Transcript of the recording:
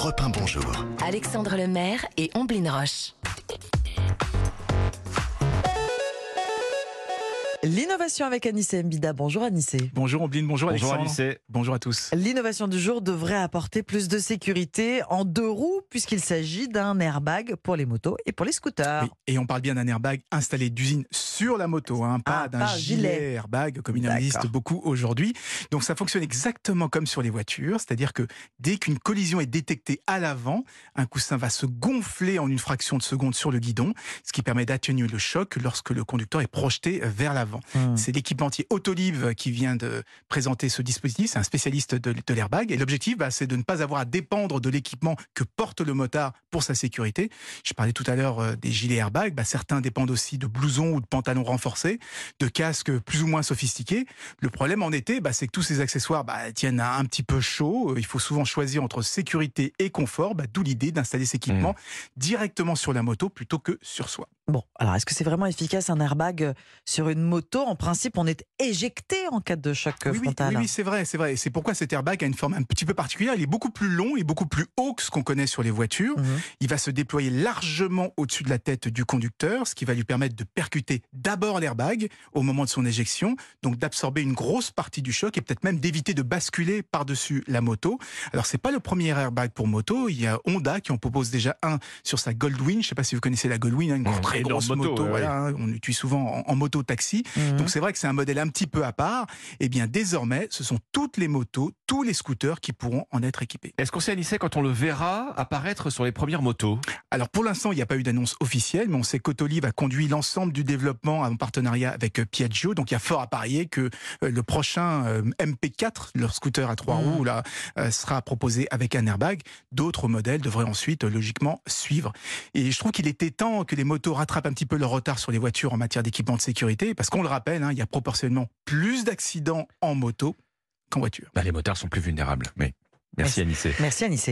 Europe 1, bonjour. Alexandre Lemaire et Omblin Roche. L'innovation avec Anissé Mbida. Bonjour Anissé. Bonjour Omblin, bonjour Alexandre. Bonjour Anissé. Bonjour à tous. L'innovation du jour devrait apporter plus de sécurité en deux roues puisqu'il s'agit d'un airbag pour les motos et pour les scooters. Oui, et on parle bien d'un airbag installé d'usine sur la moto, pas d'un gilet airbag comme il en existe beaucoup aujourd'hui. Donc ça fonctionne exactement comme sur les voitures, c'est-à-dire que dès qu'une collision est détectée à l'avant, un coussin va se gonfler en une fraction de seconde sur le guidon, ce qui permet d'atténuer le choc lorsque le conducteur est projeté vers l'avant. C'est l'équipementier Autoliv qui vient de présenter ce dispositif, c'est un spécialiste de l'airbag, et l'objectif c'est de ne pas avoir à dépendre de l'équipement que porte le motard pour sa sécurité. Je parlais tout à l'heure des gilets airbags, certains dépendent aussi de blousons ou de pantalons renforcés, de casques plus ou moins sophistiqués. Le problème en été, c'est que tous ces accessoires tiennent un petit peu chaud, il faut souvent choisir entre sécurité et confort, d'où l'idée d'installer ces équipements directement sur la moto plutôt que sur soi. Bon, alors est-ce que c'est vraiment efficace un airbag sur une moto? En principe, on est éjecté en cas de choc frontal. Oui, c'est vrai. Et c'est pourquoi cet airbag a une forme un petit peu particulière. Il est beaucoup plus long et beaucoup plus haut que ce qu'on connaît sur les voitures. Il va se déployer largement au-dessus de la tête du conducteur, ce qui va lui permettre de percuter d'abord l'airbag au moment de son éjection, donc d'absorber une grosse partie du choc et peut-être même d'éviter de basculer par-dessus la moto. Alors, c'est pas le premier airbag pour moto. Il y a Honda qui en propose déjà un sur sa Goldwing. Je sais pas si vous connaissez la Goldwing, une très grosse moto. On l'utilise souvent en moto-taxi. Donc c'est vrai que c'est un modèle un petit peu à part. Et bien désormais, ce sont toutes les motos, tous les scooters qui pourront en être équipés. Est-ce qu'on sait, Anissé, quand on le verra apparaître sur les premières motos? Alors pour l'instant, il n'y a pas eu d'annonce officielle, mais on sait qu'Autoliv a conduit l'ensemble du développement en partenariat avec Piaggio. Donc il y a fort à parier que le prochain MP4, leur scooter à trois roues, sera proposé avec un airbag. D'autres modèles devraient ensuite logiquement suivre. Et je trouve qu'il était temps que les motos rattrapent un petit peu leur retard sur les voitures en matière d'équipement de sécurité, parce qu'on le rappelle, il y a proportionnellement plus d'accidents en moto qu'en voiture. Les motards sont plus vulnérables. Oui. Merci Anissé. Merci Anissé.